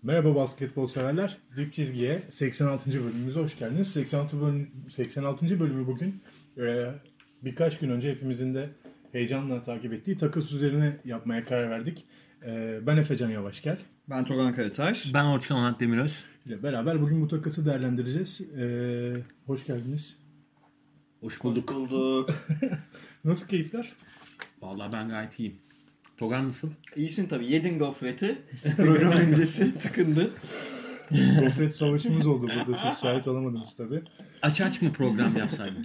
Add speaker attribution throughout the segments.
Speaker 1: Merhaba basketbol severler. Dip Çizgi'ye 86. bölümümüze hoş geldiniz. 86. bölümü bugün birkaç gün önce hepimizin de heyecanla takip ettiği takas üzerine yapmaya karar verdik. Ben Efecan Yavaşgel.
Speaker 2: Ben Togan Karataş.
Speaker 3: Ben Orçun Onat Demiröz.
Speaker 1: ile beraber bugün bu takası değerlendireceğiz. Hoş geldiniz.
Speaker 3: Hoş bulduk.
Speaker 1: Nasıl keyifler?
Speaker 3: Vallahi ben gayet iyiyim. Togan nasıl?
Speaker 2: İyisin tabii. Yedin gofreti. Program öncesi tıkındı.
Speaker 1: Gofret savaşımız oldu burada. Siz şahit olamadınız tabii.
Speaker 3: Aç mı program yapsaydın?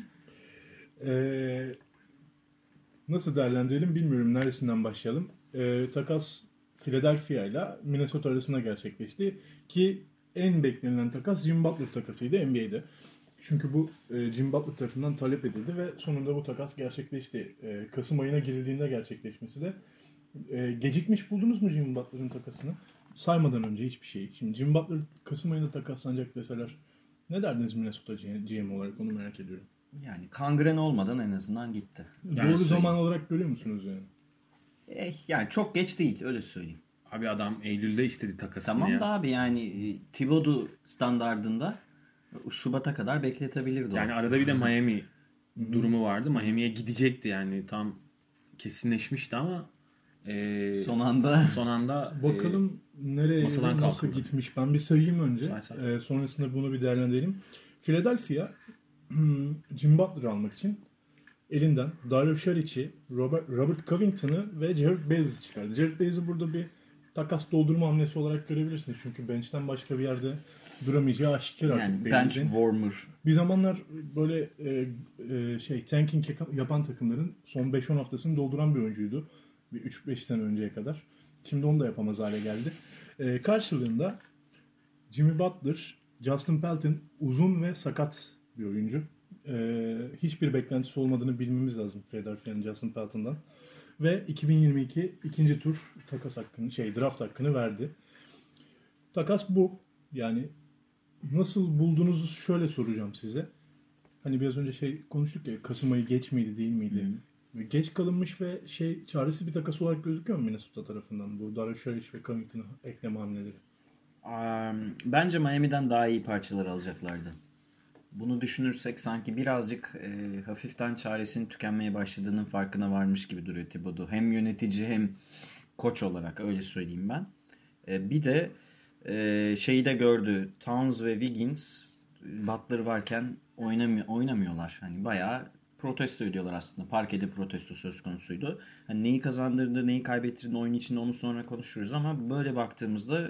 Speaker 1: Nasıl değerlendirelim bilmiyorum. Neresinden başlayalım? Takas Philadelphia ile Minnesota arasında gerçekleşti. Ki en beklenilen takas Jim Butler takasıydı NBA'de. Çünkü bu Jim Butler tarafından talep edildi ve sonunda bu takas gerçekleşti. Kasım ayına girildiğinde gerçekleşmesi de gecikmiş buldunuz mu Jim Butler'ın takasını? Saymadan önce hiçbir şey. Şimdi Jim Butler Kasım ayında takaslanacak deseler ne derdiniz Minnesota GM olarak, onu merak ediyorum.
Speaker 2: Yani kangren olmadan en azından gitti.
Speaker 1: Yani doğru zaman olarak görüyor musunuz yani?
Speaker 2: Yani çok geç değil, öyle söyleyeyim.
Speaker 3: Abi adam Eylül'de istedi takasını
Speaker 2: tamam
Speaker 3: ya.
Speaker 2: da abi yani Thibodeau standardında Şubat'a kadar bekletebilirdi o.
Speaker 3: Yani arada bir de Miami durumu vardı. Miami'ye gidecekti yani, tam kesinleşmişti ama
Speaker 2: son anda
Speaker 1: bakalım nereye
Speaker 3: masadan
Speaker 1: nasıl
Speaker 3: kalkıldı.
Speaker 1: Gitmiş. Ben bir sayayım önce.
Speaker 3: Say.
Speaker 1: Sonrasında bunu bir değerlendirelim. Philadelphia Jim Butler'ı almak için elinden Dario Saric'i, Robert Covington'ı ve Jared Bayless'i çıkardı. Jared Bayless'i burada bir takas doldurma hamlesi olarak görebilirsiniz. Çünkü bench'ten başka bir yerde duramayacağı aşikar artık
Speaker 2: yani
Speaker 1: Bayless'in.
Speaker 2: bench warmer.
Speaker 1: Bir zamanlar böyle tanking yapan takımların son 5-10 haftasını dolduran bir oyuncuydu. Bir 3-5 sene önceye kadar. Şimdi onu da yapamaz hale geldi. Karşılığında Jimmy Butler, Justin Pelton uzun ve sakat bir oyuncu. Hiçbir beklentisi olmadığını bilmemiz lazım Philadelphia'nın Justin Pelton'dan. Ve 2022 ikinci tur takas hakkını, draft hakkını verdi. Takas bu. Yani nasıl bulduğunuzu şöyle soracağım size. Hani biraz önce konuştuk ya, Kasım ayı geç miydi değil miydi? Geç kalınmış ve çaresiz bir takas olarak gözüküyor mu Minnesota tarafından bu Dario Saric ve Covington'ı ekleme hamleleri?
Speaker 2: Bence Miami'den daha iyi parçalar alacaklardı. Bunu düşünürsek sanki birazcık hafiften çaresinin tükenmeye başladığının farkına varmış gibi duruyor Thibodeau. Hem yönetici hem koç olarak, öyle söyleyeyim ben. Bir de şeyi de gördü. Towns ve Wiggins Butler varken oynamıyorlar. Hani bayağı protesto ediyorlar aslında. Parkede protesto söz konusuydu. Hani neyi kazandırdı, neyi kaybettirdi oyun içinde, onu sonra konuşuruz ama böyle baktığımızda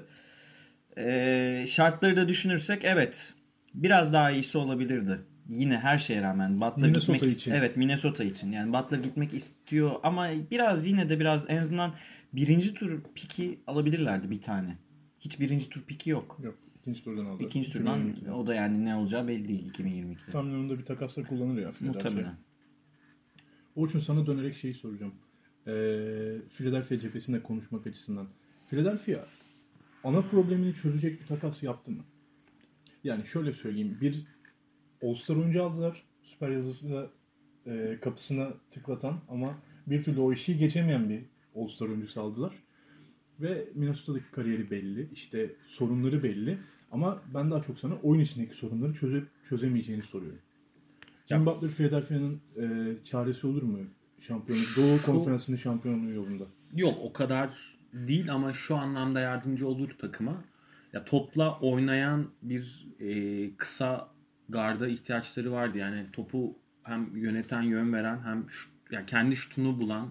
Speaker 2: şartları da düşünürsek evet, biraz daha iyisi olabilirdi. Yine her şeye rağmen Butler
Speaker 1: Minnesota için.
Speaker 2: Evet, Minnesota için. Yani Butler gitmek istiyor ama yine de biraz en azından birinci tur piki alabilirlerdi bir tane. Hiç birinci tur piki yok.
Speaker 1: Yok. İkinci turdan aldı.
Speaker 2: İkinci turdan, o da yani ne olacağı belli değil 2022'de.
Speaker 1: Tam yanında bir takasla kullanır ya.
Speaker 2: Muhtemelen.
Speaker 1: Orçun, sana dönerek soracağım. Philadelphia cephesinde konuşmak açısından. Philadelphia ana problemini çözecek bir takas yaptı mı? Yani şöyle söyleyeyim. Bir All-Star oyuncu aldılar. Süper Yıldız'ı kapısına tıklatan ama bir türlü o işi geçemeyen bir All-Star oyuncusu aldılar. Ve Minnesota'daki kariyeri belli. İşte sorunları belli. Ama ben daha çok sana oyun içindeki sorunları çözemeyeceğini soruyorum. Jim Butler Philadelphia'nın çaresi olur mu şampiyonluk? Doğu Konferansı'nın şampiyonluğu yolunda.
Speaker 3: Yok, o kadar değil ama şu anlamda yardımcı olur takıma. Ya topla oynayan bir kısa garda ihtiyaçları vardı. Yani topu hem yöneten, yön veren, hem yani kendi şutunu bulan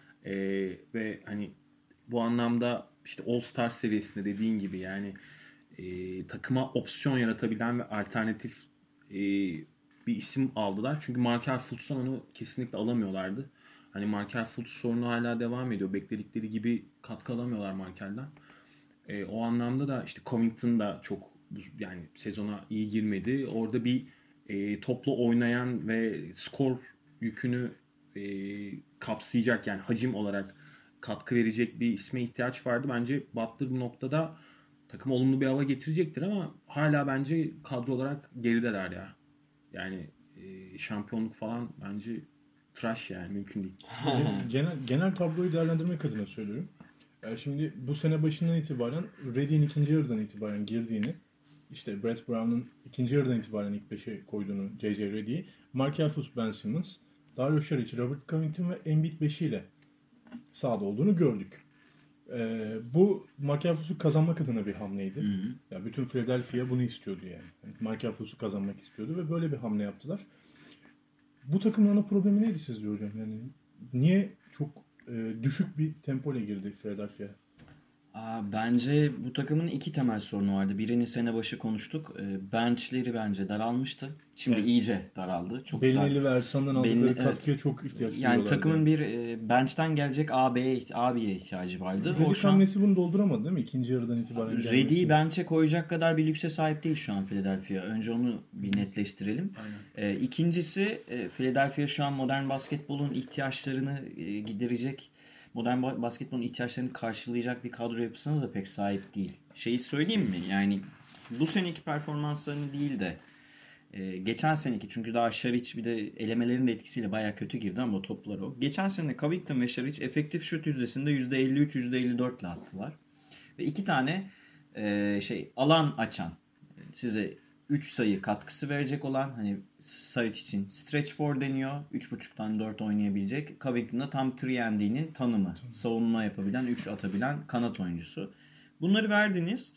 Speaker 3: ve hani bu anlamda işte All-Star seviyesinde dediğin gibi yani takıma opsiyon yaratabilen ve alternatif bir isim aldılar. Çünkü Markelle Fultz'tan onu kesinlikle alamıyorlardı. Hani Markelle Fultz sorunu hala devam ediyor. Bekledikleri gibi katkı alamıyorlar Markelle'den. O anlamda da işte Covington da çok yani sezona iyi girmedi. Orada bir topla oynayan ve skor yükünü kapsayacak, yani hacim olarak katkı verecek bir isme ihtiyaç vardı. Bence Butler bu noktada takım olumlu bir hava getirecektir ama hala bence kadro olarak gerideler ya. Yani şampiyonluk falan bence trash, yani mümkün değil.
Speaker 1: Genel tabloyu değerlendirmek adına söylüyorum. Şimdi bu sene başından itibaren Reddy'in ikinci yarıdan itibaren girdiğini, işte Brett Brown'un ikinci yarıdan itibaren ilk 5'e koyduğunu J.J. Reddy'yi, Markieff, Ben Simmons, Dario Saric, Robert Covington ve Embiid 5'iyle sahada olduğunu gördük. Bu Markieff'u kazanmak adına bir hamleydi. Yani bütün Philadelphia bunu istiyordu yani. Markieff'u kazanmak istiyordu ve böyle bir hamle yaptılar. Bu takımın ana problemi neydi sizce hocam? Yani niye çok düşük bir tempoyla girdi Philadelphia?
Speaker 2: Bence bu takımın iki temel sorunu vardı. Birini sene başı konuştuk. Benchleri bence daralmıştı. Şimdi iyice daraldı. Çok
Speaker 1: Bellinelli ve Ersan'dan aldıkları katkıya çok ihtiyaç duyuyorlardı.
Speaker 2: Yani takımın bir bench'ten gelecek AB'ye ihtiyacı vardı.
Speaker 1: Redick hamlesi bunu dolduramadı değil mi? İkinci yarıdan itibaren gelmesi.
Speaker 2: Reddy'yi bench'e koyacak kadar bir lükse sahip değil şu an Philadelphia. Önce onu bir netleştirelim. İkincisi Philadelphia şu an modern basketbolun ihtiyaçlarını giderecek, modern basketbolun ihtiyaçlarını karşılayacak bir kadro yapısına da pek sahip değil. Şeyi söyleyeyim mi? Yani bu seneki performanslarını değil de geçen seneki, çünkü daha Saric bir de elemelerin de etkisiyle bayağı kötü girdi ama toplar o. Geçen sene Covington ve Saric efektif şut yüzdesinde %53, %54 ile attılar. Ve iki tane alan açan, size 3 sayı katkısı verecek olan, hani Saric için stretch four deniyor. 3.5'tan 4 oynayabilecek. Covington'da tam 3&D'nin tanımı. Savunma yapabilen, 3 atabilen kanat oyuncusu. Bunları verdiniz.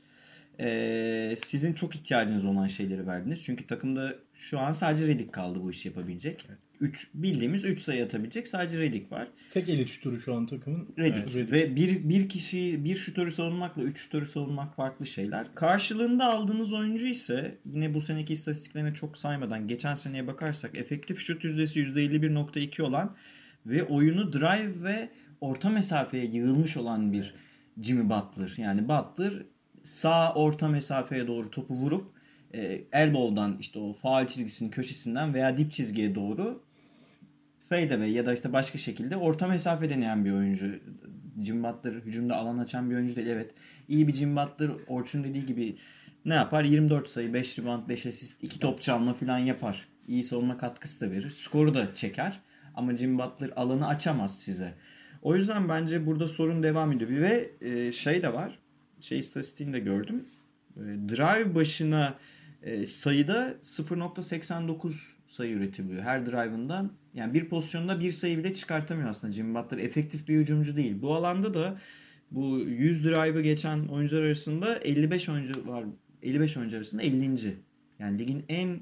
Speaker 2: Sizin çok ihtiyacınız olan şeyleri verdiniz. Çünkü takımda şu an sadece Redick kaldı bu işi yapabilecek. Evet. Bildiğimiz 3 sayı atabilecek sadece Redick var.
Speaker 1: Tek elit şutörü şu an takımın
Speaker 2: Redick. Evet. Ve bir şutörü savunmakla 3 şutörü savunmak farklı şeyler. Karşılığında aldığınız oyuncu ise yine bu seneki istatistiklerine çok saymadan geçen seneye bakarsak efektif şut yüzdesi %51.2 olan ve oyunu drive ve orta mesafeye yığılmış olan bir Jimmy Butler. Yani Butler sağ orta mesafeye doğru topu vurup elbow'dan, işte o faul çizgisinin köşesinden veya dip çizgiye doğru fadeaway ya da işte başka şekilde orta mesafe deneyen bir oyuncu. Jimmy Butler hücumda alan açan bir oyuncu değil. Evet, iyi bir Jimmy Butler, Orçun dediği gibi ne yapar? 24 sayı, 5 rebound, 5 asist, 2 top çalma falan yapar. İyi savunma katkısı da verir. Skoru da çeker. Ama Jimmy Butler alanı açamaz size. O yüzden bence burada sorun devam ediyor. Ve şey de var. İstatistiğini de gördüm. Drive başına sayıda 0.89 sayı üretiliyor her drive'ından. Yani bir pozisyonda bir sayı bile çıkartamıyor aslında Jimmy Butler. Efektif bir hücumcu değil. Bu alanda da bu 100 drive'ı geçen oyuncular arasında 55 oyuncu var. 55 oyuncu arasında 50. Yani ligin en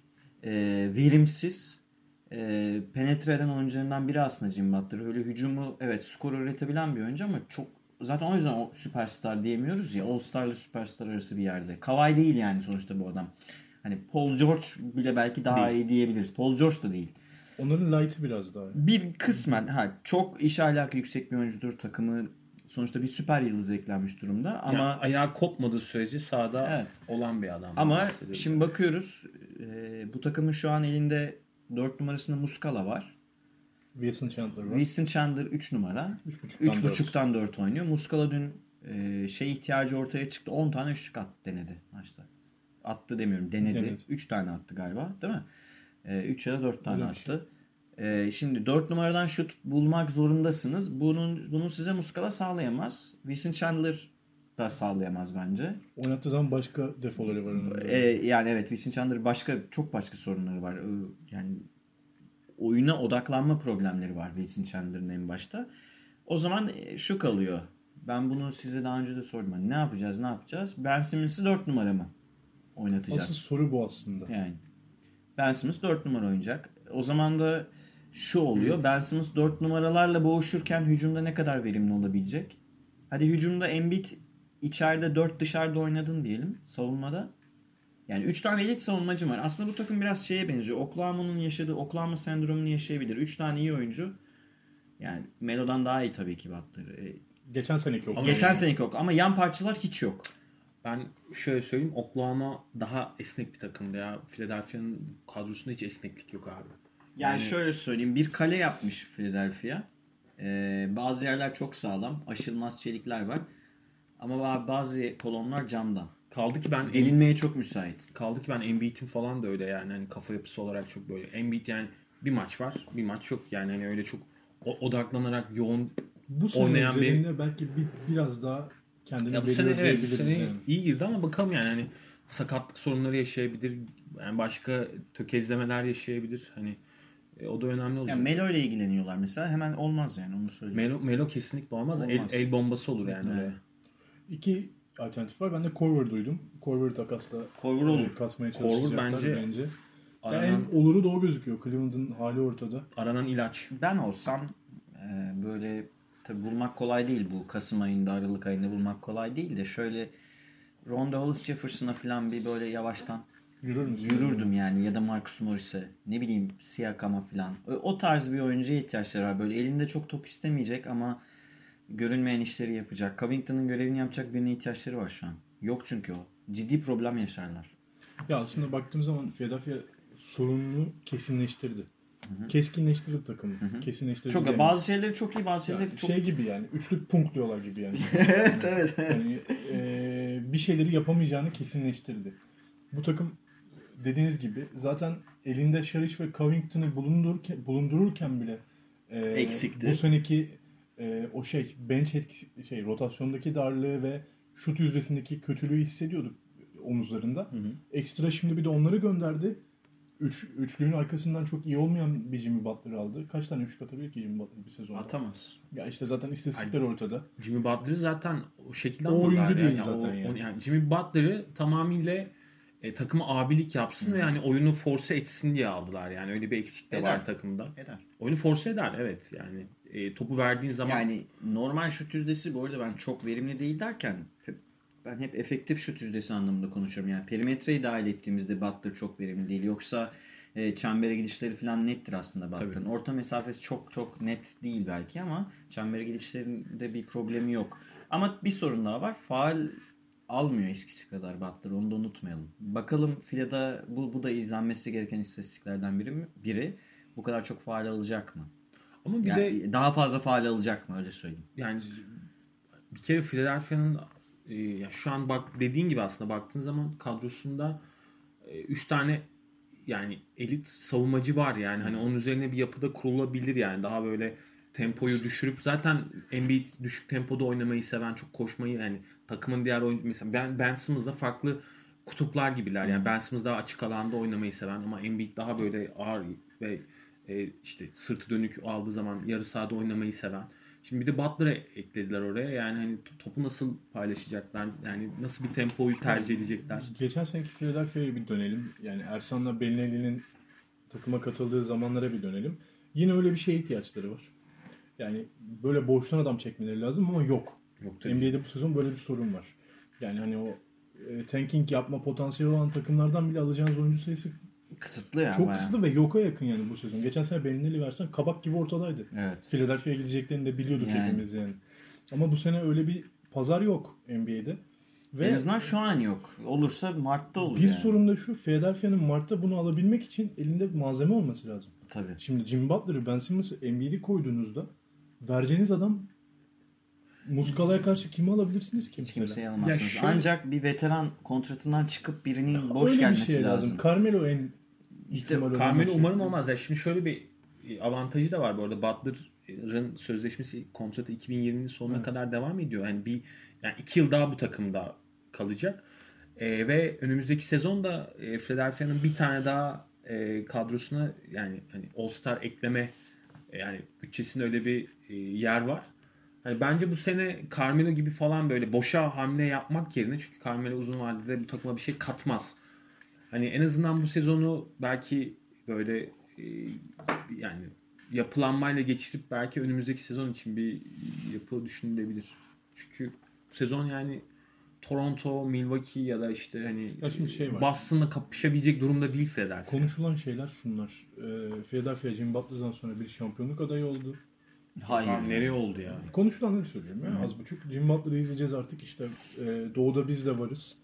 Speaker 2: verimsiz penetre eden oyuncularından biri aslında Jimmy Butler. Öyle hücumu, evet, skor üretebilen bir oyuncu ama çok, zaten o yüzden o süperstar diyemiyoruz ya. All Star ile süperstar arası bir yerde. Kawhi değil yani sonuçta bu adam. Hani Paul George bile belki daha iyi diyebiliriz. Paul George da değil.
Speaker 1: Onların light'ı biraz daha.
Speaker 2: Bir kısmen çok iş ahlakı yüksek bir oyuncudur. Takımı sonuçta bir süper yıldız eklenmiş durumda ama
Speaker 3: yani ayağı kopmadığı sürece sahada olan bir adam.
Speaker 2: Ama şimdi bakıyoruz bu takımın şu an elinde 4 numarasında Muscala var.
Speaker 1: Wilson Chandler var.
Speaker 2: Wilson Chandler 3 numara. 3.5'tan 4 oynuyor. Muscala dün ihtiyacı ortaya çıktı. 10 tane üçlük denedi maçta. Attı demiyorum. Denedi. 3 tane attı galiba. Değil mi? 3 ya da 4 tane attı. Şimdi 4 numaradan şut bulmak zorundasınız. Bunu size Muscala sağlayamaz. Wilson Chandler da sağlayamaz bence.
Speaker 1: Oynattığı zaman başka defoları var onun.
Speaker 2: Yani evet, Wilson Chandler çok başka sorunları var. Yani oyuna odaklanma problemleri var Wilson Chandler'ın en başta. O zaman şu kalıyor. Ben bunu size daha önce de sordum. Hani ne yapacağız? Ben Simmons'ı 4 numara mı oynatacağız?
Speaker 1: Asıl soru bu aslında.
Speaker 2: Yani Ben Simmons 4 numara oynayacak. O zaman da şu oluyor. Ben Simmons 4 numaralarla boğuşurken hücumda ne kadar verimli olabilecek? Hadi hücumda Embiid içeride 4 dışarıda oynadın diyelim savunmada. Yani 3 tane elit savunmacı var. Aslında bu takım biraz şeye benziyor. Oklahoma'nın yaşadığı, Oklahoma sendromunu yaşayabilir. 3 tane iyi oyuncu. Yani Melo'dan daha iyi tabii ki Butler.
Speaker 1: Geçen seneki Oklahoma.
Speaker 2: Geçen seneki Oklahoma. Ama yan parçalar hiç yok.
Speaker 3: Ben şöyle söyleyeyim. Oklahoma daha esnek bir takımdı ya. Philadelphia'nın kadrosunda hiç esneklik yok abi.
Speaker 2: Yani şöyle söyleyeyim. Bir kale yapmış Philadelphia. Bazı yerler çok sağlam. Aşılmaz çelikler var. Ama bazı kolonlar camdan.
Speaker 3: Kaldı ki ben
Speaker 2: delinmeye çok müsait.
Speaker 3: Kaldı ki ben Embiid'in falan da öyle yani. Hani kafa yapısı olarak çok böyle. Embiid yani bir maç var, bir maç yok. Yani hani öyle çok odaklanarak yoğun
Speaker 1: bu sene
Speaker 3: oynayan
Speaker 1: üzerinde belki biraz daha kendini
Speaker 3: ya bu sene evet bu
Speaker 1: belirleyebiliriz
Speaker 3: sene
Speaker 1: yani.
Speaker 3: iyi girdi ama bakalım yani hani sakatlık sorunları yaşayabilir. Yani başka tökezlemeler yaşayabilir. Hani o da önemli olacak.
Speaker 2: Yani Melo ile ilgileniyorlar mesela. Hemen olmaz yani onu söyleyeyim.
Speaker 3: Melo kesinlikle olmaz.
Speaker 2: Olmaz.
Speaker 3: El bombası olur yani
Speaker 2: Evet.
Speaker 3: oraya.
Speaker 1: İki alternatif var. Ben de Korver duydum. Korver'ı takasla
Speaker 2: Korver olur.
Speaker 1: katmaya
Speaker 3: Korver
Speaker 1: çalışacaklar
Speaker 3: bence
Speaker 1: Yani
Speaker 3: aranan,
Speaker 1: en oluru da o gözüküyor. Cleveland'ın hali ortada.
Speaker 3: aranan ilaç.
Speaker 2: Ben olsam böyle tabi bulmak kolay değil bu. Kasım ayında, Aralık ayında bulmak kolay değil de şöyle Ronda Hollis Jefferson'a falan bir böyle yavaştan yürürdüm yani ya da Marcus Morris'e ne bileyim Siakam'a falan. O tarz bir oyuncuya ihtiyaçları var. Böyle elinde çok top istemeyecek ama görünmeyen işleri yapacak. Covington'ın görevini yapacak birine ihtiyaçları var şu an. Yok çünkü o. Ciddi problem yaşarlar.
Speaker 1: Ya aslında baktığım zaman Philadelphia sorununu kesinleştirdi. Keskinleştirdi takımı. Kesinleştirdi.
Speaker 2: Çok
Speaker 1: yani.
Speaker 2: bazı şeyleri çok iyi, bazı şeyleri
Speaker 1: Yani
Speaker 2: çok
Speaker 1: şey gibi yani. Üçlük punktluyorlar gibi yani.
Speaker 2: evet.
Speaker 1: Yani bir şeyleri yapamayacağını kesinleştirdi. Bu takım dediğiniz gibi zaten elinde Şariş ve Covington'ı bulundururken bile
Speaker 2: Eksikti.
Speaker 1: bu seneki o bench etkisi rotasyondaki darlığı ve şut yüzdesindeki kötülüğü hissediyorduk omuzlarında. Ekstra şimdi bir de onları gönderdi. Üçlüğün arkasından çok iyi olmayan bir Jimmy Butler aldı. Kaç tane üçlük atabilir ki Jimmy Butler bir sezonda?
Speaker 2: Atamaz.
Speaker 1: Ya işte zaten istatistikler ortada.
Speaker 3: Jimmy Butler'ı zaten o şekilde
Speaker 1: O oyuncu
Speaker 3: aldılar
Speaker 1: değil
Speaker 3: yani.
Speaker 1: zaten yani.
Speaker 3: Yani Jimmy Butler'ı tamamıyla takıma abilik yapsın ve hani oyunu force etsin diye aldılar. Yani öyle bir eksik de
Speaker 2: Eder.
Speaker 3: var takımda.
Speaker 2: Eder.
Speaker 3: Oyunu force eder evet yani. Topu verdiğin zaman
Speaker 2: Yani normal şut yüzdesi bu arada ben çok verimli değil derken ben hep efektif şut yüzdesi anlamında konuşuyorum. Yani perimetreyi dahil ettiğimizde Butler çok verimli değil. Yoksa çembere gidişleri falan nettir aslında Butler'ın. Orta mesafesi çok çok net değil belki ama çembere gidişlerinde bir problemi yok. Ama bir sorun daha var. Faul almıyor eskisi kadar Butler. Onu da unutmayalım. Bakalım Fila'da bu da izlenmesi gereken istatistiklerden biri. Bu kadar çok faul alacak mı?
Speaker 3: ama bir
Speaker 2: Yani
Speaker 3: de
Speaker 2: daha fazla faul alacak mı öyle söyleyeyim.
Speaker 3: yani bir kere Philadelphia'nın ya şu an bak dediğin gibi aslında baktığın zaman kadrosunda 3 tane yani elit savunmacı var yani hani onun üzerine bir yapıda kurulabilir yani daha böyle tempoyu düşürüp zaten Embiid düşük tempoda oynamayı seven çok koşmayı yani takımın diğer oyuncu mesela Ben Simmons'la farklı kutuplar gibiler yani Ben Simmons daha açık alanda oynamayı seven ama Embiid daha böyle ağır ve işte sırtı dönük aldığı zaman yarı sahada oynamayı seven. Şimdi bir de Butler'ı eklediler oraya. Yani hani topu nasıl paylaşacaklar? Yani nasıl bir tempoyu tercih edecekler?
Speaker 1: Geçen seneki Philadelphia'ya bir dönelim. Yani Ersan'la Belinelli'nin takıma katıldığı zamanlara bir dönelim. Yine öyle bir şeye ihtiyaçları var. Yani böyle boştan adam çekmeleri lazım ama yok. NBA'de bu sezon böyle bir sorun var. Yani hani o tanking yapma potansiyeli olan takımlardan bile alacağınız oyuncu sayısı
Speaker 2: Kısıtlı yani.
Speaker 1: çok kısıtlı ve yoka yakın yani bu sezon. Geçen sene Belinelli versen kabak gibi ortadaydı.
Speaker 2: Evet.
Speaker 1: Philadelphia'ya gideceklerini de biliyorduk hepimiz yani. Ama bu sene öyle bir pazar yok NBA'de. Ve
Speaker 2: en azından şu an yok. Olursa Mart'ta olur
Speaker 1: bir
Speaker 2: yani.
Speaker 1: sorun da şu. Philadelphia'nın Mart'ta bunu alabilmek için elinde malzeme olması lazım.
Speaker 2: Tabii.
Speaker 1: Şimdi Jimmy Butler'ı, Ben Simmons'ı NBA'de koyduğunuzda vereceğiniz adam Muskala'ya karşı kimi alabilirsiniz ki?
Speaker 2: Hiç kimseyi alamazsınız.
Speaker 3: Ya şöyle-
Speaker 2: Ancak bir veteran kontratından çıkıp birinin boş
Speaker 1: Öyle bir
Speaker 2: gelmesi
Speaker 1: şey
Speaker 2: lazım.
Speaker 1: Carmelo en
Speaker 2: İşte
Speaker 1: ihtimal olan
Speaker 3: Carmelo
Speaker 1: şey.
Speaker 3: umarım olmaz. Ya şimdi şöyle bir avantajı da var bu arada. Butler'ın sözleşmesi kontratı 2020'nin sonuna kadar devam ediyor. Yani 2 yıl daha bu takımda kalacak. Ve önümüzdeki sezon da Philadelphia'nın bir tane daha kadrosuna yani hani All-Star ekleme yani bütçesinde öyle bir yer var. Hani bence bu sene Carmelo gibi falan böyle boşa hamle yapmak yerine çünkü Carmelo uzun vadede bu takıma bir şey katmaz. Hani en azından bu sezonu belki böyle yani yapılanmayla geçirip belki önümüzdeki sezon için bir yapı düşünülebilir. Çünkü bu sezon yani Toronto, Milwaukee ya da işte hani
Speaker 1: Ya şimdi şey var.
Speaker 3: Boston'la kapışabilecek durumda değil Philadelphia.
Speaker 1: Konuşulan şeyler şunlar. Philadelphia Jimmy Butler'dan sonra bir şampiyonluk adayı oldu.
Speaker 2: Hayır.
Speaker 3: Abi nereye oldu ya?
Speaker 1: Konuşulanları söylüyorum ya. Az buçuk. Jimmy Butler'ı izleyeceğiz artık işte. Doğu'da biz de varız.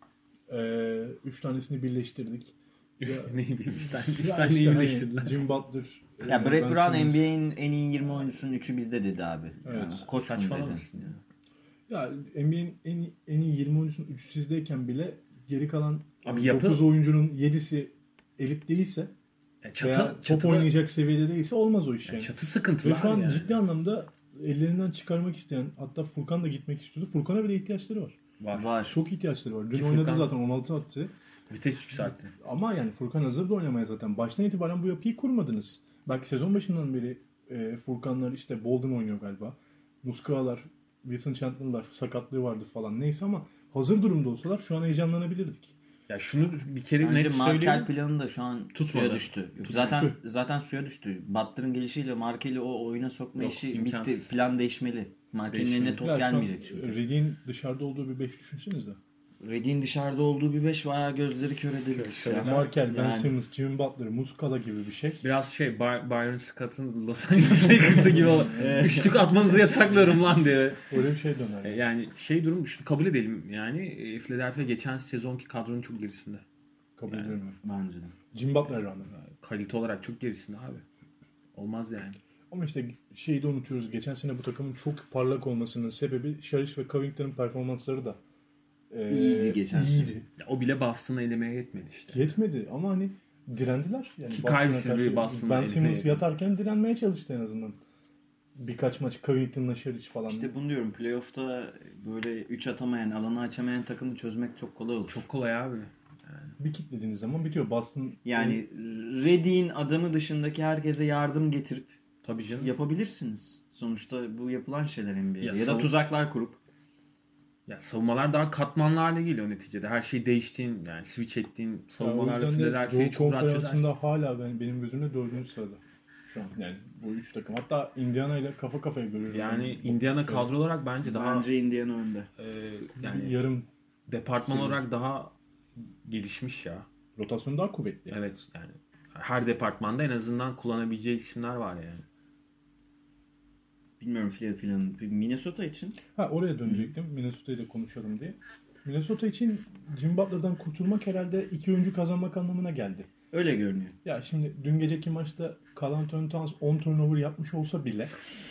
Speaker 1: 3 tanesini birleştirdik.
Speaker 3: Ne bileyim işte
Speaker 1: Ya işte hani Jimmy Butler.
Speaker 2: Ya Brett
Speaker 1: Ben
Speaker 2: Brown
Speaker 1: Simmons.
Speaker 2: NBA'in en iyi 20 oyuncusunun 3'ü bizde dedi abi.
Speaker 1: Evet.
Speaker 2: Yani, koç bunu dedi.
Speaker 3: Saçmalamasın ya.
Speaker 1: Ya NBA'in en iyi 20 oyuncusunun 3'ü sizdeyken bile geri kalan
Speaker 3: Abi
Speaker 1: 9 oyuncunun 7'si elit değilse
Speaker 3: Yani
Speaker 1: veya top oynayacak seviyede değilse olmaz o iş yani.
Speaker 3: çatı sıkıntılı
Speaker 1: Ve şu an
Speaker 3: yani.
Speaker 1: ciddi anlamda ellerinden çıkarmak isteyen, hatta Furkan da gitmek istiyordu. Furkan'a bile ihtiyaçları var.
Speaker 2: Var.
Speaker 1: Çok ihtiyaçları var. Dün
Speaker 3: Ki
Speaker 1: oynadı
Speaker 3: Furkan-
Speaker 1: zaten 16 attı.
Speaker 3: Vites yükseltti.
Speaker 1: Ama yani Furkan hazır da oynamaya zaten. Baştan itibaren bu yapıyı kurmadınız. Belki sezon başından beri Furkanlar işte Bolden oynuyor galiba. Muskala'lar, Wilson Chandler'lar sakatlığı vardı falan neyse ama hazır durumda olsalar şu an heyecanlanabilirdik.
Speaker 3: Ya şunu bir kere
Speaker 2: Bence
Speaker 3: net
Speaker 2: Markel
Speaker 3: söyleyeyim.
Speaker 2: planı da şu an
Speaker 3: Tutmadı.
Speaker 2: suya düştü. Yok,
Speaker 1: Tutmadı.
Speaker 2: zaten suya düştü. Butler'ın gelişiyle Markel'i o oyuna sokma
Speaker 3: Yok,
Speaker 2: işi
Speaker 3: imkansız.
Speaker 2: bitti. Plan değişmeli. Markel'in
Speaker 3: Değişmeli.
Speaker 2: eline top
Speaker 1: Ya şu an
Speaker 2: gelmeyecek çünkü.
Speaker 1: Reddy'in dışarıda olduğu bir 5 düşünsenize.
Speaker 2: Reddy'in dışarıda olduğu bir 5 bayağı gözleri kör edebilir.
Speaker 3: Şöyle
Speaker 2: ya.
Speaker 1: Markel, Ben
Speaker 2: Yani-
Speaker 1: Simmons, Jimmy Butler, Muscala gibi bir şey.
Speaker 3: Biraz Byron Scott'ın Los Angeles Lakers'ı gibi olan üçlük atmanızı yasaklarım lan diye.
Speaker 1: Öyle bir şey döner.
Speaker 3: Yani durum şunu kabul edelim yani Philadelphia geçen sezonki kadronun çok gerisinde.
Speaker 1: Kabul
Speaker 3: yani-
Speaker 1: ediyorum.
Speaker 2: Bence de.
Speaker 1: Jimmy Butler rağmen.
Speaker 3: Kalite olarak çok gerisinde abi. Olmaz yani.
Speaker 1: Ama işte şeyi de unutuyoruz. Geçen sene bu takımın çok parlak olmasının sebebi Şariç ve Covington'ın performansları da
Speaker 2: İyiydi geçen sene.
Speaker 1: iyiydi.
Speaker 3: Ya o bile Boston'ı elemeye yetmedi işte.
Speaker 1: Yetmedi ama hani direndiler. Yani
Speaker 3: Ki
Speaker 1: Boston'a
Speaker 3: Kyrie'siz
Speaker 1: karşı
Speaker 3: bir Boston'la
Speaker 1: Ben
Speaker 3: elde
Speaker 1: Simmons
Speaker 3: edildi.
Speaker 1: yatarken direnmeye çalıştı en azından. Birkaç maç Covington'la Şariç falan.
Speaker 2: İşte bunu diyorum. Playoff'ta böyle 3 atamayan, alanı açamayan takımı çözmek çok kolay olur.
Speaker 3: Çok kolay abi.
Speaker 1: bir kilitlediğiniz zaman bitiyor. Boston
Speaker 2: Yani Reddy'in adamı dışındaki herkese yardım getirip
Speaker 3: Tabii canım.
Speaker 2: yapabilirsiniz. Sonuçta bu yapılan şeyler NBA'de.
Speaker 3: Ya
Speaker 2: Ya da tuzaklar kurup.
Speaker 3: Ya savunmalar daha katmanlı hale geliyor neticede. Her şey değiştiğin yani switch ettiğin savunmalarla Philadelphia'yı çok rahat çözersin.
Speaker 1: Konferansında hala benim gözümde 4. sırada. Şu an yani bu 3 takım. Hatta Indiana ile kafa kafaya görüyorum.
Speaker 3: Yani Indiana kadro olarak bence daha
Speaker 2: Bence Indiana önde.
Speaker 3: yani
Speaker 1: yarım
Speaker 3: departman
Speaker 1: seviye.
Speaker 3: olarak daha gelişmiş ya.
Speaker 1: rotasyonu daha kuvvetli.
Speaker 3: Evet yani her departmanda en azından kullanabileceği isimler var yani.
Speaker 2: Bilmiyorum Philadelphia'nın. Minnesota için.
Speaker 1: Oraya dönecektim. Minnesota'yı da konuşalım diye. Minnesota için Jimmy Butler'dan kurtulmak herhalde 2 oyuncu kazanmak anlamına geldi.
Speaker 2: Öyle görünüyor.
Speaker 1: Ya şimdi dün geceki maçta Karl Anthony Towns 10 turnover yapmış olsa bile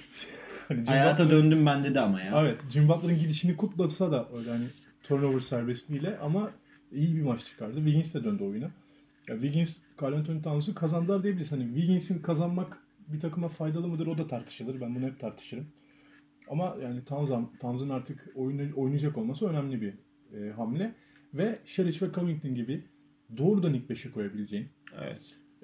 Speaker 1: hani Jimmy
Speaker 2: Hayata
Speaker 1: Butler-
Speaker 2: döndüm ben dedi ama ya.
Speaker 1: Evet, Jimmy Butler'ın gidişini kutlasa da öyle hani turnover serbestliğiyle ama iyi bir maç çıkardı. Wiggins de döndü oyuna. Ya Wiggins, Karl Anthony Towns'u kazandılar diyebiliriz. Hani Wiggins'in kazanmak bir takıma faydalı mıdır o da tartışılır. Ben bunu hep tartışırım. Ama yani Towns'un artık oynayacak olması önemli bir hamle. Ve Şariç ve Covington gibi doğrudan ilk 5'e koyabileceğin,
Speaker 3: Evet.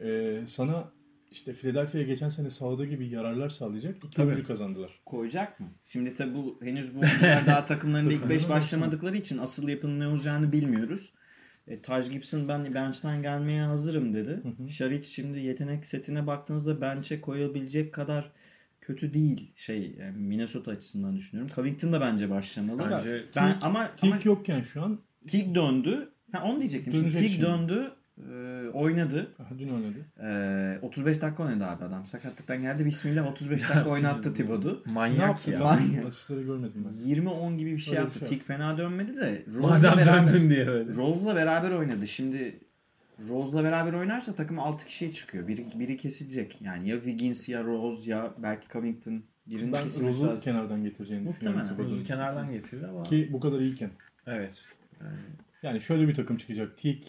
Speaker 1: sana işte Philadelphia'ya geçen sene sağladığı gibi yararlar sağlayacak iki
Speaker 3: Tabii.
Speaker 1: oyuncu kazandılar.
Speaker 2: Koyacak mı? Şimdi tabi henüz bu oyuncular daha takımlarında ilk 5
Speaker 1: Takımlarında
Speaker 2: başlamadıkları için asıl yapının ne olacağını bilmiyoruz. Taj Gibson ben bench'ten gelmeye hazırım dedi. Şariç şimdi yetenek setine baktığınızda bench'e koyabilecek kadar kötü değil yani Minnesota açısından düşünüyorum. Covington da bence başlamalı.
Speaker 3: Bence
Speaker 2: ama
Speaker 1: Tilk yokken şu an
Speaker 2: Tig döndü. Onu diyecektim. Şimdi
Speaker 1: Dönecek
Speaker 2: Tig
Speaker 1: şimdi.
Speaker 2: döndü. Oynadı.
Speaker 1: dün oynadı.
Speaker 2: 35 dakika oynadı abi adam. Sakatlıktan geldi. Bismillah 35 dakika oynattı Thibodeau.
Speaker 1: Ne
Speaker 3: Manyak
Speaker 1: yaptı?
Speaker 3: ya.
Speaker 1: Tam
Speaker 2: Manyak.
Speaker 1: asistleri görmedim ben.
Speaker 2: 20-10 gibi bir şey
Speaker 1: Öyle bir
Speaker 2: yaptı.
Speaker 1: şey
Speaker 2: Tig fena dönmedi de.
Speaker 3: Madem döndün diye öyle.
Speaker 2: Rose'la beraber oynadı. Şimdi Rose'la beraber oynarsa takım 6 kişiye çıkıyor. Biri kesilecek. Yani ya Wiggins ya Rose ya belki Covington birinin
Speaker 1: Ben
Speaker 2: kesilmesi
Speaker 1: Rose'u
Speaker 2: lazım.
Speaker 1: kenardan getireceğini düşünüyorum.
Speaker 2: Muhtemelen.
Speaker 1: Thibodeau'nun.
Speaker 3: Rose'u kenardan getirdi ama.
Speaker 1: Ki bu kadar iyiyken.
Speaker 3: Evet.
Speaker 1: Yani şöyle bir takım çıkacak. Tilk,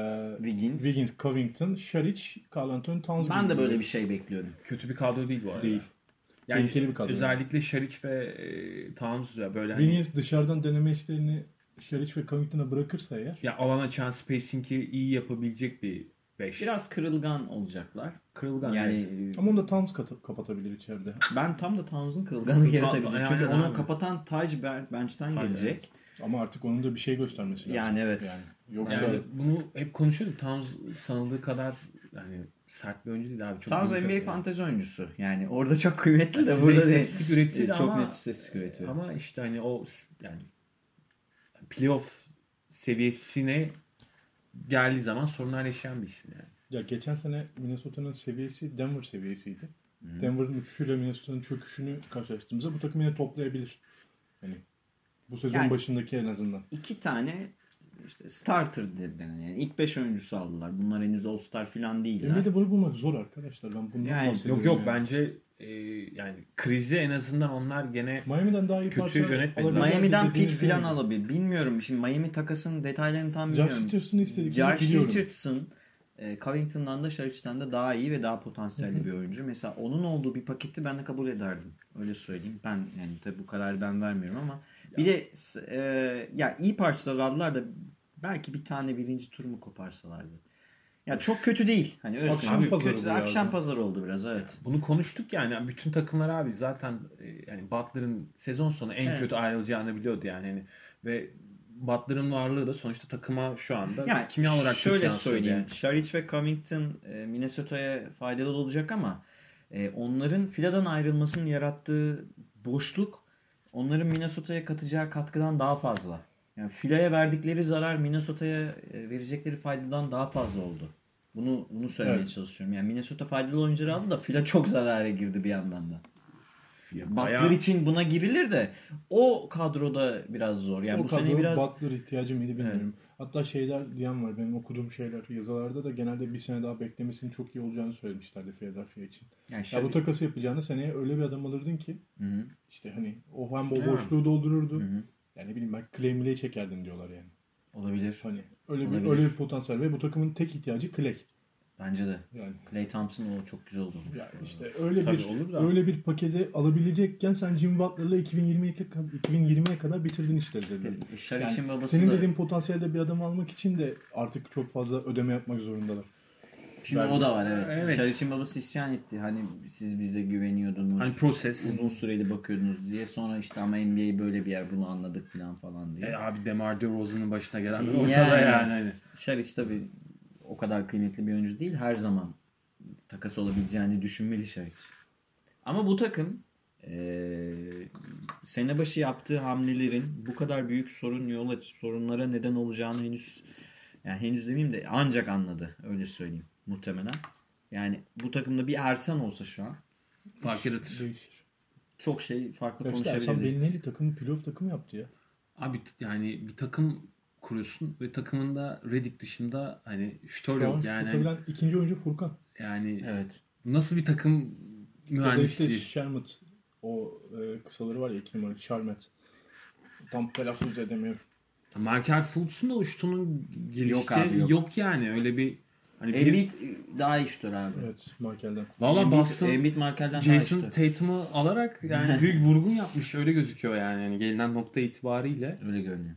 Speaker 2: Wiggins.
Speaker 1: Covington, Şaric, Karl Anthony Towns.
Speaker 2: Ben de
Speaker 1: gibi
Speaker 2: böyle bir şey bekliyorum.
Speaker 3: Kötü bir kadro değil bu arada.
Speaker 1: Değil.
Speaker 3: Yani
Speaker 1: Tehlikeli bir kadro.
Speaker 3: özellikle Şaric ve Towns ya böyle hani
Speaker 1: Wiggins dışarıdan deneme işlerini Şaric ve Covington'a bırakırsa eğer
Speaker 3: ya alan açan spacing'i iyi yapabilecek bir 5.
Speaker 2: Biraz kırılgan olacaklar.
Speaker 3: kırılgan.
Speaker 2: Yani
Speaker 3: evet.
Speaker 1: ama onu da Towns kapatabilir içeride.
Speaker 2: ben tam da Towns'un kırılganlığı yaratabilecek.
Speaker 3: Aynen
Speaker 2: Çünkü
Speaker 3: abi.
Speaker 2: onu kapatan Taj bench'ten
Speaker 3: Taj,
Speaker 2: gelecek.
Speaker 1: Ama artık onun da bir şey göstermesi lazım.
Speaker 2: Yani evet.
Speaker 1: Yoksa
Speaker 3: Yani bunu hep konuşuyorduk. Towns sanıldığı kadar yani sert bir oyuncu değil abi. Çok
Speaker 2: Towns
Speaker 3: yumuşak
Speaker 2: NBA
Speaker 3: yani.
Speaker 2: fantezi oyuncusu. Yani orada çok kıymetli de
Speaker 3: Size
Speaker 2: burada değil.
Speaker 3: istatistik üretir
Speaker 2: Çok
Speaker 3: ama
Speaker 2: net istatistik üretiyor.
Speaker 3: ama işte hani o yani playoff seviyesine geldiği zaman sorunlar yaşayan bir isim yani.
Speaker 1: ya geçen sene Minnesota'nın seviyesi Denver seviyesiydi. Denver'ın uçuşuyla Minnesota'nın çöküşünü karşılaştığımızda bu takım yine toplayabilir. Yani bu sezon
Speaker 2: Yani-
Speaker 1: başındaki en azından.
Speaker 2: 2 tane işte starter dediler. Yani ilk 5 oyuncusu aldılar. Bunlar henüz All-Star falan değiller.
Speaker 1: NBA'de bunu bulmak zor arkadaşlar. Ben bundan
Speaker 2: Yani
Speaker 1: bahsediyorum.
Speaker 3: Yok
Speaker 1: yani.
Speaker 3: bence yani krizi en azından onlar gene
Speaker 1: Miami'den daha iyi
Speaker 3: Kötü
Speaker 1: parça
Speaker 3: yönetmediler.
Speaker 1: alabilirler
Speaker 2: Miami'den pick
Speaker 1: dediğiniz
Speaker 2: falan
Speaker 1: değil mi?
Speaker 2: alabilir. Bilmiyorum. Şimdi Miami takasının detaylarını tam
Speaker 1: Josh
Speaker 2: bilmiyorum.
Speaker 1: Richardson'ı istediklerini
Speaker 2: Josh
Speaker 1: biliyorum.
Speaker 2: Richardson Covington'dan da Şariç'ten de daha iyi ve daha potansiyelli bir oyuncu. Mesela onun olduğu bir paketi ben de kabul ederdim. Öyle söyleyeyim. Ben yani tabii bu kararı ben vermiyorum ama bir de ya iyi parçalar aldılar da belki bir tane birinci tur mu koparsalardı. Ya çok kötü değil. Hani öyle
Speaker 1: Akşam
Speaker 2: söyleyeyim.
Speaker 1: pazarı
Speaker 2: Kötü,
Speaker 1: bu
Speaker 2: akşam
Speaker 1: ya.
Speaker 2: pazarı oldu biraz, evet.
Speaker 3: Bunu konuştuk yani bütün takımlar abi zaten yani Butler'ın sezon sonu en
Speaker 2: Evet.
Speaker 3: kötü ayrılacağını biliyordu yani. Ve Butler'ın varlığı da sonuçta takıma şu anda
Speaker 2: Yani
Speaker 3: kimya olarak kötü
Speaker 2: şöyle
Speaker 3: yansıyor
Speaker 2: söyleyeyim.
Speaker 3: yani.
Speaker 2: Şariç ve Covington Minnesota'ya faydalı olacak ama onların Philadelphia'dan ayrılmasının yarattığı boşluk onların Minnesota'ya katacağı katkıdan daha fazla. Yani Philadelphia'ya verdikleri zarar Minnesota'ya verecekleri faydadan daha fazla oldu. Bunu söylemeye
Speaker 1: Evet.
Speaker 2: çalışıyorum. Yani Minnesota faydalı oyuncuları aldı da Phila çok zarara girdi bir yandan da.
Speaker 3: Ya
Speaker 2: Butler için buna girilir de o kadroda biraz zor. Yani
Speaker 1: o
Speaker 2: bu sene
Speaker 1: kadro
Speaker 2: biraz
Speaker 1: Butler ihtiyacı mıydı bilmiyorum. Hatta şeyler diyen var. Benim okuduğum şeyler yazılarda da genelde bir sene daha beklemesinin çok iyi olacağını söylemişlerdi Philadelphia için.
Speaker 2: yani
Speaker 1: Ya bu takası yapacağını seneye öyle bir adam alırdın ki
Speaker 2: Hı-hı.
Speaker 1: işte hani o hem o
Speaker 3: Evet.
Speaker 1: boşluğu doldururdu.
Speaker 2: Hı-hı.
Speaker 1: Yani ne bileyim ben Clay Milley çekerdin diyorlar yani.
Speaker 2: Olabilir.
Speaker 1: Hani öyle
Speaker 2: Olabilir.
Speaker 1: öyle bir potansiyel ve bu takımın tek ihtiyacı Clay.
Speaker 2: Bence de.
Speaker 1: Yani
Speaker 2: Klay Thompson o çok güzel olmuş.
Speaker 1: ya işte öyle
Speaker 3: Tabii
Speaker 1: bir
Speaker 3: olur da.
Speaker 1: öyle bir paketi alabilecekken sen Jimmy Butler'la 2020'ye kadar bitirdin işleri dediler.
Speaker 2: Şariç'in
Speaker 1: Yani
Speaker 2: babası
Speaker 1: senin
Speaker 2: da...
Speaker 1: dediğin potansiyelde bir adam almak için de artık çok fazla ödeme yapmak zorundalar.
Speaker 2: Şimdi o da var, evet.
Speaker 3: Evet.
Speaker 2: Şariç'in babası isyan etti. Hani siz bize güveniyordunuz.
Speaker 3: Hani proses.
Speaker 2: Uzun süreli bakıyordunuz diye. Sonra işte ama NBA böyle bir yer, bunu anladık falan diye.
Speaker 3: Abi DeMar DeRozan'ın başına gelen bir
Speaker 2: Yani.
Speaker 3: ortada yani. Hani.
Speaker 2: Şariç tabii o kadar kıymetli bir oyuncu değil. Her zaman takas olabileceğini düşünmeli Şariç. Ama bu takım sene başı yaptığı hamlelerin bu kadar büyük sorunlara neden olacağını henüz demeyeyim de ancak anladı. Öyle söyleyeyim muhtemelen. Yani bu takımda bir Ersan olsa şu an
Speaker 3: Fark yaratır.
Speaker 1: Değişir.
Speaker 2: çok şey farklı
Speaker 1: Ya işte Ersan
Speaker 2: konuşabilirdi.
Speaker 1: Belinelli takımı playoff takımı yaptı ya.
Speaker 3: Abi yani bir takım kuruyorsun ve takımında Redick dışında hani şütör
Speaker 1: Şu an
Speaker 3: yok
Speaker 1: şut
Speaker 3: yani.
Speaker 1: atabilen ikinci oyuncu Furkan.
Speaker 3: Yani
Speaker 2: Evet.
Speaker 3: nasıl bir takım
Speaker 1: Ya da işte
Speaker 3: mühendisliği?
Speaker 1: Shermet. O kısaları var ya 2 numaralı Shermet. Tam telaffuz edemiyorum.
Speaker 3: Markel Fultz'un da o şutunun
Speaker 2: Yok abi,
Speaker 3: gelişeceği
Speaker 2: yok.
Speaker 3: yok yani öyle bir hani bir
Speaker 2: Embiid daha iyi şutör abi.
Speaker 1: Evet Markel'den.
Speaker 3: valla Boston
Speaker 2: Embiid Markel'den daha iyi
Speaker 3: Jason
Speaker 2: şutör.
Speaker 3: Tatum'u alarak yani büyük vurgun yapmış öyle gözüküyor yani gelinen nokta itibariyle.
Speaker 2: Öyle görünüyor.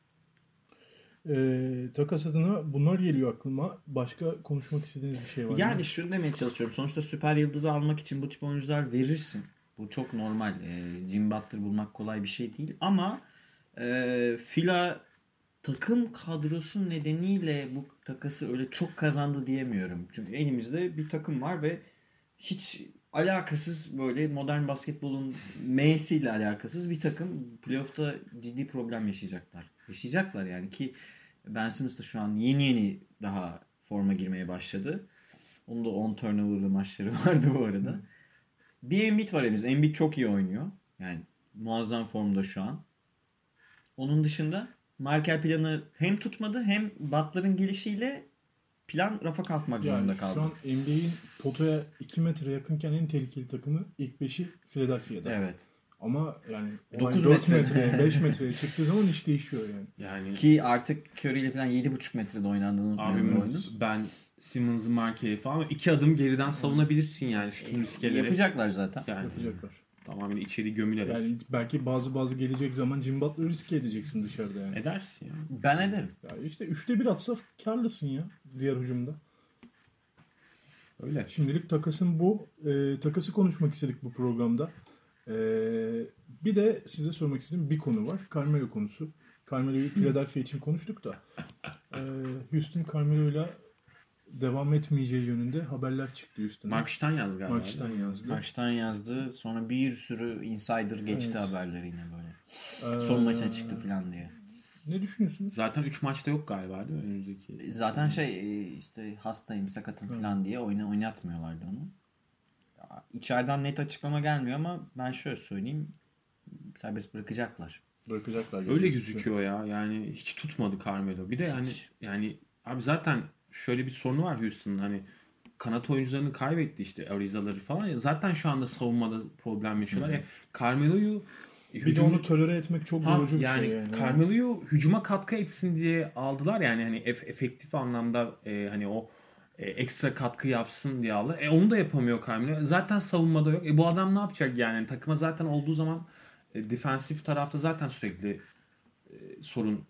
Speaker 1: Takas adına bunlar geliyor aklıma. Başka konuşmak istediğiniz bir şey var mı?
Speaker 2: Yani şunu demeye çalışıyorum. Sonuçta süper yıldızı almak için bu tip oyuncular verirsin. Bu çok normal. Jimmy Butler bulmak kolay bir şey değil. Ama Fila takım kadrosu nedeniyle bu takası öyle çok kazandı diyemiyorum. Çünkü elimizde bir takım var ve hiç alakasız, böyle modern basketbolun M'siyle alakasız bir takım playoff'ta ciddi problem yaşayacaklar. Yaşayacaklar yani ki Ben Simmons da şu an yeni daha forma girmeye başladı. Onun da 10 turnover'lı maçları vardı bu arada. Bir Embiid var elimizde. Embiid çok iyi oynuyor. Yani muazzam formda şu an. Onun dışında Markel planı hem tutmadı hem Butler'ın gelişiyle plan rafa kalkmak zorunda kaldı.
Speaker 1: Şu an NBA'in potaya 2 metre yakınken en tehlikeli takımı ilk 5'i Philadelphia'da.
Speaker 2: Evet.
Speaker 1: Ama yani
Speaker 2: 9
Speaker 1: 4
Speaker 2: metre.
Speaker 1: metreye 5 metreye çıktığı zaman iş değişiyor yani.
Speaker 3: Yani
Speaker 2: Ki artık Curry ile falan 7,5 metrede oynandığını unutmayalım
Speaker 3: abi
Speaker 2: oyunu.
Speaker 3: ben Simmons'ı Markel'i falan 2 adım geriden savunabilirsin yani şutunu risk ederek.
Speaker 2: Yapacaklar zaten.
Speaker 3: Yani
Speaker 1: Yapacaklar.
Speaker 3: tamamen içeri gömülerek.
Speaker 1: Yani belki bazı gelecek zaman Jimmy Butler'ı riske edeceksin dışarıda yani.
Speaker 3: Edersin ya.
Speaker 2: Ben ederim.
Speaker 1: Ya işte 3'te 1 atsa karlısın ya diğer hücumda.
Speaker 3: Öyle.
Speaker 1: Şimdilik takasın bu. Takası konuşmak istedik bu programda. Bir de size sormak istediğim bir konu var. Carmelo konusu. Carmelo'yu Philadelphia için konuştuk da. Houston Carmelo'yla devam etmeyeceği yönünde haberler çıktı Houston'a.
Speaker 3: Mark Stein yazdı galiba.
Speaker 1: Mark Stein yazdı.
Speaker 2: Taştan yazdı. Sonra bir sürü insider geçti
Speaker 1: Evet.
Speaker 2: haberleri yine böyle.
Speaker 1: Ee,
Speaker 2: Son maçına çıktı falan diye.
Speaker 1: Ne düşünüyorsunuz?
Speaker 3: Zaten 3 maçta yok galiba değil mi önümüzdeki?
Speaker 2: Zaten işte hastayım, sakatım falan diye oynatmıyorlardı onu. Ya, İçeriden net açıklama gelmiyor ama ben şöyle söyleyeyim. Serbest bırakacaklar.
Speaker 1: Bırakacaklar.
Speaker 3: Öyle gözüküyor ya. Yani hiç tutmadı Carmelo. Bir de yani abi zaten şöyle bir sorunu var Houston'ın. Hani kanat oyuncularını kaybetti işte Ariza'ları falan. Ya zaten şu anda savunmada problem yaşıyorlar. Ya Carmelo'yu
Speaker 1: Bir de onu tolere etmek çok yorucu bir
Speaker 3: yani
Speaker 1: şey yani.
Speaker 3: Carmelo'yu hücuma katkı etsin diye aldılar yani hani efektif anlamda hani o ekstra katkı yapsın diye aldı. Onu da yapamıyor Carmelo. Zaten savunmada yok. Bu adam ne yapacak yani? Takıma zaten olduğu zaman defansif tarafta zaten sürekli sorun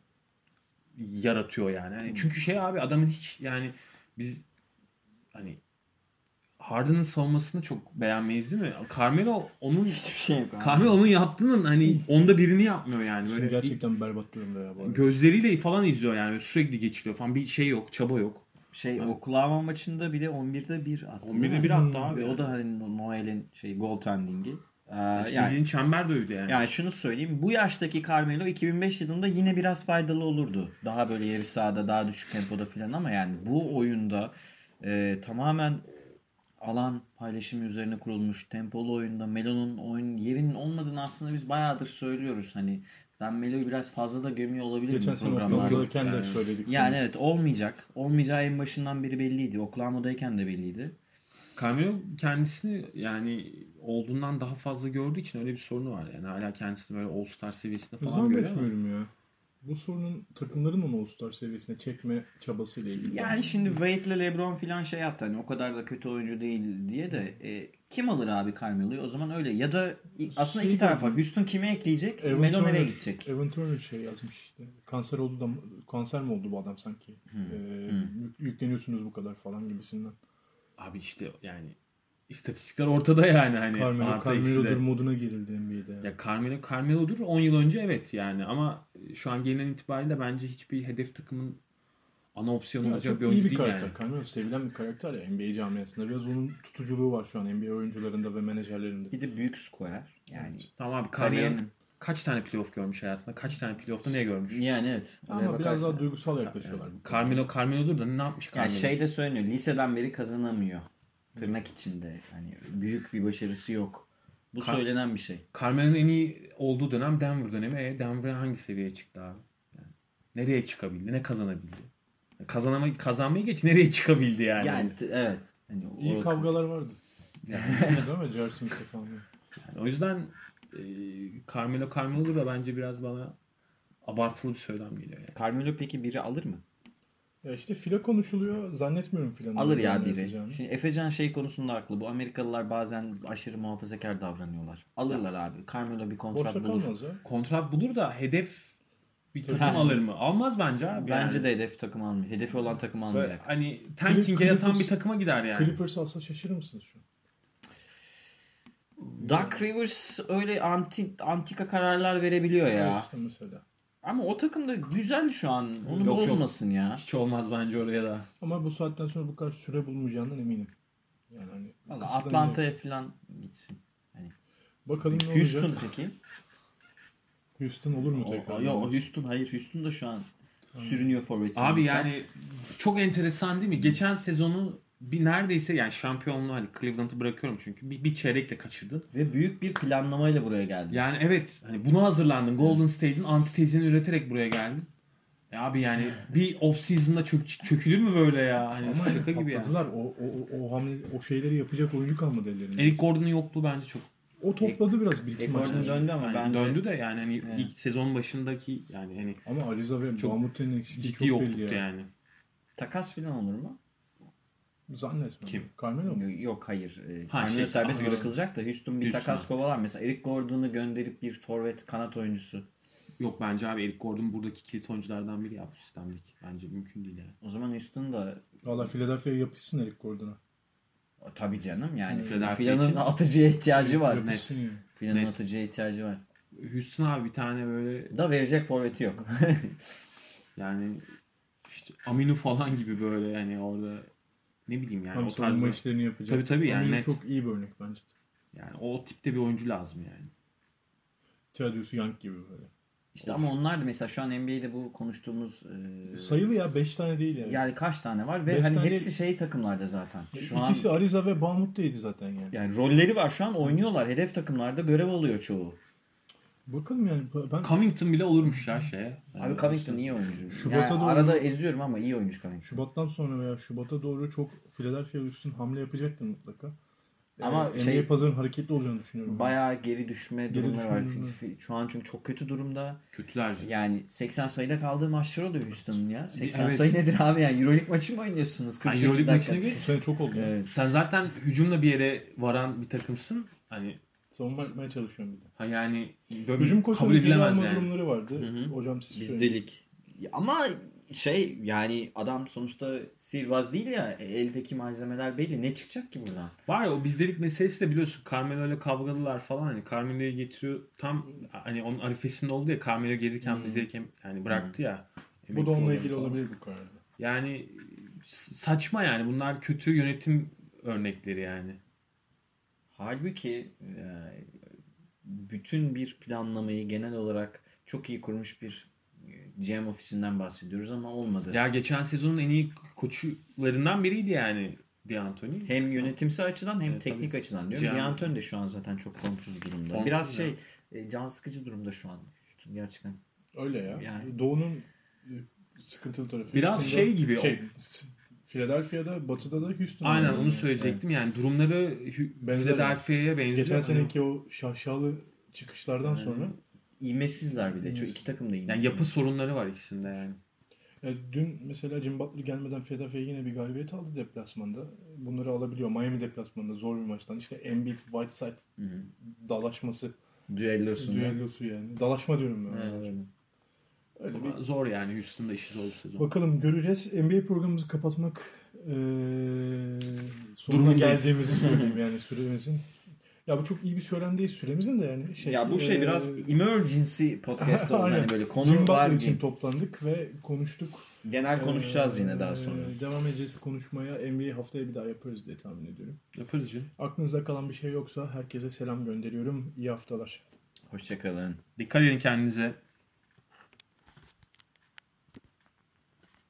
Speaker 3: yaratıyor yani. Çünkü şey abi adamın hiç yani biz hani Harden'ın savunmasını çok beğenmeyiz değil mi? Carmelo onun
Speaker 2: Hiçbir şey yok abi.
Speaker 3: Carmelo onun yaptığının hani onda birini yapmıyor yani.
Speaker 1: Şimdi
Speaker 3: Böyle
Speaker 1: gerçekten berbat durumda ya bu arada.
Speaker 3: gözleriyle falan izliyor yani. Böyle sürekli geçiriyor falan. Bir şey yok, çaba yok.
Speaker 2: Oklahoma maçında bir de 11'de 1 attı.
Speaker 3: 11'de 1 attı abi.
Speaker 2: O da hani Noel'in goaltending'i.
Speaker 3: Yani çember de öyle yani.
Speaker 2: Yani şunu söyleyeyim. Bu yaştaki Carmelo 2005 yılında yine biraz faydalı olurdu. Daha böyle yarı sahada, daha düşük tempoda falan ama yani bu oyunda tamamen alan paylaşımı üzerine kurulmuş tempolu oyunda Melo'nun oyun yerinin olmadığını aslında biz bayağıdır söylüyoruz. Hani ben Melo'yu biraz fazla da gömüyor olabilirim
Speaker 1: Geçen
Speaker 2: bu
Speaker 1: sene
Speaker 2: programlarda.
Speaker 1: Oklahoma'dayken de söyledik.
Speaker 2: Yani evet olmayacak. Olmayacağı en başından beri belliydi. Oklahoma'dayken de belliydi.
Speaker 3: Carmelo kendisini yani olduğundan daha fazla gördüğü için öyle bir sorunu var. Yani hala kendisini böyle All-Star seviyesinde falan görüyor ama.
Speaker 1: Zannetmiyorum ya. Bu sorunun takımların onu All-Star seviyesine çekme çabasıyla ilgili.
Speaker 2: Yani şimdi Wade'le LeBron falan şey yaptı hani o kadar da kötü oyuncu değil diye de kim alır abi Carmelo'yu? O zaman öyle. Ya da aslında iki taraf var. Houston kime ekleyecek? Melo nereye gidecek?
Speaker 1: Evan Turner şey yazmış işte. Kanser mi oldu bu adam sanki? Yükleniyorsunuz bu kadar falan gibisinden.
Speaker 3: Abi işte yani istatistikler ortada yani hani
Speaker 1: Carmelo'dur moduna girildi NBA'de.
Speaker 3: Ya Carmelo'dur 10 yıl önce evet yani ama şu an gelinen itibariyle bence hiçbir hedef takımın ana opsiyonu olacak bir oyuncu değil yani.
Speaker 1: Carmelo sevilen bir karakter ya NBA camiasında. Biraz onun tutuculuğu var şu an NBA oyuncularında ve menajerlerinde.
Speaker 2: Bir de büyük skorer. Yani
Speaker 3: tamam abi Carmelo kaç tane playoff görmüş hayatında? Kaç tane playoff'ta ne görmüş?
Speaker 2: Yani evet.
Speaker 1: Ama biraz daha duygusal yaklaşıyorlar.
Speaker 3: Carmelo'dur da ne yapmış Carmelo?
Speaker 2: Yani şey de söyleniyor. Liseden beri kazanamıyor. Tırnak içinde. Hani büyük bir başarısı yok. Bu söylenen bir şey.
Speaker 3: Carmelo'nun en iyi olduğu dönem Denver dönemi. Denver'a hangi seviyeye çıktı abi? Yani nereye çıkabildi? Ne kazanabildi? Kazanmayı geç nereye çıkabildi yani?
Speaker 2: Yani evet. Hani
Speaker 1: İyi kavgalar vardı. Değil mi? Jar Smith'le falan.
Speaker 3: Yani o yüzden Carmelo'dur da bence biraz bana abartılı bir söylem geliyor yani.
Speaker 2: Carmelo peki biri alır mı?
Speaker 1: Ya işte fila konuşuluyor. Zannetmiyorum filanın.
Speaker 2: Alır ya biri. Şimdi Efecan şey konusunda haklı. Bu Amerikalılar bazen aşırı muhafazakar davranıyorlar. Alırlar abi. Carmelo bir kontrat bulur.
Speaker 3: Kontrat bulur da hedef bir takım alır mı? Almaz bence abi.
Speaker 2: Bence
Speaker 3: yani.
Speaker 2: De hedef takım almıyor. Hedefi olan takım almayacak.
Speaker 3: Ve hani tanking'e yatan bir takıma gider yani.
Speaker 1: Clippers alsa şaşırır mısınız şu an?
Speaker 2: Doug Rivers öyle antika kararlar verebiliyor ya.
Speaker 1: İşte mesela.
Speaker 2: Ama o takım da güzel şu an. Onu bozmasın ya.
Speaker 3: Hiç olmaz bence oraya da.
Speaker 1: Ama bu saatten sonra bu kadar süre bulmayacağından eminim. Yani hani
Speaker 2: vallahi Atlanta'ya falan gitsin. Hani
Speaker 1: bakalım ne
Speaker 2: Houston
Speaker 1: olacak.
Speaker 2: peki?
Speaker 1: Houston olur mu tekrar?
Speaker 2: Yok Houston hayır. Houston da şu an sürünüyor forvet.
Speaker 3: Abi yani çok enteresan değil mi? Geçen sezonu bir neredeyse yani şampiyonluğu hani Cleveland'ı bırakıyorum çünkü bir çeyrekle kaçırdın.
Speaker 2: Ve büyük bir planlamayla buraya geldin.
Speaker 3: Yani evet hani buna hazırlandın. Golden State'in antitezini üreterek buraya geldin. Abi yani bir off season'da çökülür mü böyle ya? Hani
Speaker 1: ama
Speaker 3: şaka gibi yani.
Speaker 1: O hamle o şeyleri yapacak oyuncu kalmadı ellerinde.
Speaker 3: Eric Gordon'un yokluğu bence çok.
Speaker 1: O topladı biraz bir iki maçta.
Speaker 2: Gordon döndü ama
Speaker 3: yani
Speaker 2: bence
Speaker 3: döndü de yani hani ilk sezon başındaki yani hani
Speaker 1: ama Ariza ve Mahmut'un eksikliği
Speaker 3: ciddi
Speaker 1: çok belli
Speaker 3: yoktuktu
Speaker 1: ya.
Speaker 3: yani.
Speaker 2: Takas falan olur mu?
Speaker 1: Zannetmem.
Speaker 3: Kim?
Speaker 1: Carmelo mu?
Speaker 2: Yok hayır. Carmelo serbest bırakılacak da Houston bir takas kovalar. Mesela Eric Gordon'u gönderip bir forvet kanat oyuncusu.
Speaker 3: Yok bence abi Eric Gordon buradaki kilit oyunculardan biri ya bu sistemdeki. Bence mümkün değil yani.
Speaker 2: O zaman Houston da
Speaker 1: valla Philadelphia'ya yapışsın Eric Gordon'a.
Speaker 2: Tabii canım yani.
Speaker 3: Philadelphia
Speaker 2: atıcıya ihtiyacı var.
Speaker 1: Net.
Speaker 2: Filanın atıcıya ihtiyacı var.
Speaker 3: Houston abi bir tane böyle
Speaker 2: da verecek forveti yok.
Speaker 3: yani işte Aminu falan gibi böyle yani orada ne bileyim yani
Speaker 1: o
Speaker 3: tarzda
Speaker 1: işlerini yapacak.
Speaker 3: Tabii yani
Speaker 1: Aminu
Speaker 3: net.
Speaker 1: çok iyi bir örnek bence.
Speaker 3: Yani o tipte bir oyuncu lazım yani.
Speaker 1: Thaddeus Young gibi böyle.
Speaker 2: İşte ama onlar da mesela şu an NBA'de bu konuştuğumuz
Speaker 1: sayılı ya 5 tane değil yani.
Speaker 2: Yani kaç tane var ve hani hepsi şey takımlarda zaten.
Speaker 1: Şu İkisi Ariza ve Mahmut'taydı zaten yani.
Speaker 2: Yani rolleri var şu an oynuyorlar. Hedef takımlarda görev alıyor çoğu.
Speaker 1: Bakalım yani ben
Speaker 3: Covington bile olurmuş ya şeye.
Speaker 2: Abi Covington iyi oyuncu.
Speaker 1: Şubat'a
Speaker 2: yani
Speaker 1: doğru,
Speaker 2: arada eziyorum ama iyi oyuncu Covington.
Speaker 1: Şubat'tan sonra veya Şubat'a doğru çok Philadelphia üstün hamle yapacaktı mutlaka.
Speaker 2: Ama
Speaker 1: NBA pazarının hareketli olacağını düşünüyorum.
Speaker 2: Bayağı geri düşme durumları var.
Speaker 1: düşme.
Speaker 2: Şu an çünkü çok kötü durumda.
Speaker 3: Kötüler.
Speaker 2: Yani 80 sayıda kaldığı maçlar oluyor Houston'ın ya. 80
Speaker 3: Evet.
Speaker 2: sayı nedir abi yani? Euroleague maçı mı oynuyorsunuz? 48
Speaker 3: Euroleague
Speaker 2: dakika.
Speaker 3: maçını geç.
Speaker 1: Bu sene çok oldu.
Speaker 2: Evet.
Speaker 3: Sen zaten hücumla bir yere varan bir takımsın. Hani
Speaker 1: Savunma yapmaya çalışıyorum bir de.
Speaker 3: yani böyle
Speaker 1: Hücum
Speaker 3: kabul
Speaker 1: koçlarının geri
Speaker 3: edilemez
Speaker 1: alma
Speaker 3: yani.
Speaker 1: durumları vardı.
Speaker 2: Hı.
Speaker 1: Hocam siz söyleyin.
Speaker 2: Bizdelik. Ama yani adam sonuçta sihirbaz değil ya. Eldeki malzemeler belli. Ne çıkacak ki buradan?
Speaker 3: Var ya o bizdelik meselesi de biliyorsun. Carmelo ile kavgalılar falan. Hani Carmelo'yu getiriyor. Tam hani onun arifesinde oldu ya. Carmelo gelirken bizdelik yani bıraktı ya.
Speaker 1: Bu da onunla
Speaker 3: Emekli
Speaker 1: ilgili
Speaker 3: olan falan.
Speaker 1: olabilir bu kararda.
Speaker 3: Yani saçma yani. Bunlar kötü yönetim örnekleri yani.
Speaker 2: Halbuki bütün bir planlamayı genel olarak çok iyi kurmuş bir GM ofisinden bahsediyoruz ama olmadı.
Speaker 3: Ya geçen sezonun en iyi koçlarından biriydi yani D'Antoni.
Speaker 2: Hem yönetimsel açıdan hem
Speaker 3: Evet,
Speaker 2: teknik
Speaker 3: tabii.
Speaker 2: açıdan diyorum.
Speaker 3: GM.
Speaker 2: D'Antoni de şu an zaten çok formsuz durumda.
Speaker 3: Formsuz
Speaker 2: Biraz
Speaker 3: ya.
Speaker 2: can sıkıcı durumda şu an. Gerçekten.
Speaker 1: Öyle ya.
Speaker 2: Yani-
Speaker 1: Doğu'nun sıkıntılı tarafı.
Speaker 3: Biraz
Speaker 1: Houston'da-
Speaker 3: şey gibi
Speaker 1: Philadelphia'da, Batı'da da Houston'da.
Speaker 3: Aynen onu söyleyecektim. Yani durumları
Speaker 1: Benzer
Speaker 3: Philadelphia'ya benziyor.
Speaker 1: Geçen seneki o şaşalı çıkışlardan sonra
Speaker 2: İğmesizler bir de. Çok iki takım da
Speaker 3: yani
Speaker 2: iğmesiz.
Speaker 3: yapı sorunları var ikisinde yani.
Speaker 1: dün mesela Jim Butler gelmeden Philadelphia yine bir galibiyet aldı deplasmanda. Bunları alabiliyor. Miami deplasmanında zor bir maçtan. İşte Embiid, Whiteside
Speaker 2: Hı hı.
Speaker 1: dalaşması.
Speaker 2: Düellosunda.
Speaker 1: Düellosu yani. Dalaşma diyorum ben.
Speaker 2: Evet, evet.
Speaker 1: Öyle bir
Speaker 3: Ama zor yani Houston'da işi zor bu sezon.
Speaker 1: bakalım göreceğiz. NBA programımızı kapatmak sonuna
Speaker 3: Durumundayız.
Speaker 1: geldiğimizi söyleyeyim yani süremizin. Ya bu çok iyi bir söylem değil süremizin de yani.
Speaker 2: Ya bu biraz emergency podcast oldu.
Speaker 1: Aynen.
Speaker 2: Hani böyle
Speaker 1: Jim
Speaker 2: konu
Speaker 1: Butler
Speaker 2: var
Speaker 1: için
Speaker 2: için.
Speaker 1: toplandık ve konuştuk.
Speaker 2: Genel konuşacağız yine daha sonra.
Speaker 1: Devam edeceğiz konuşmaya. NBA haftaya bir daha yaparız diye tahmin ediyorum.
Speaker 3: Yaparız canım.
Speaker 1: Aklınızda kalan bir şey yoksa herkese selam gönderiyorum. İyi haftalar.
Speaker 2: Hoşçakalın.
Speaker 3: Dikkat edin kendinize.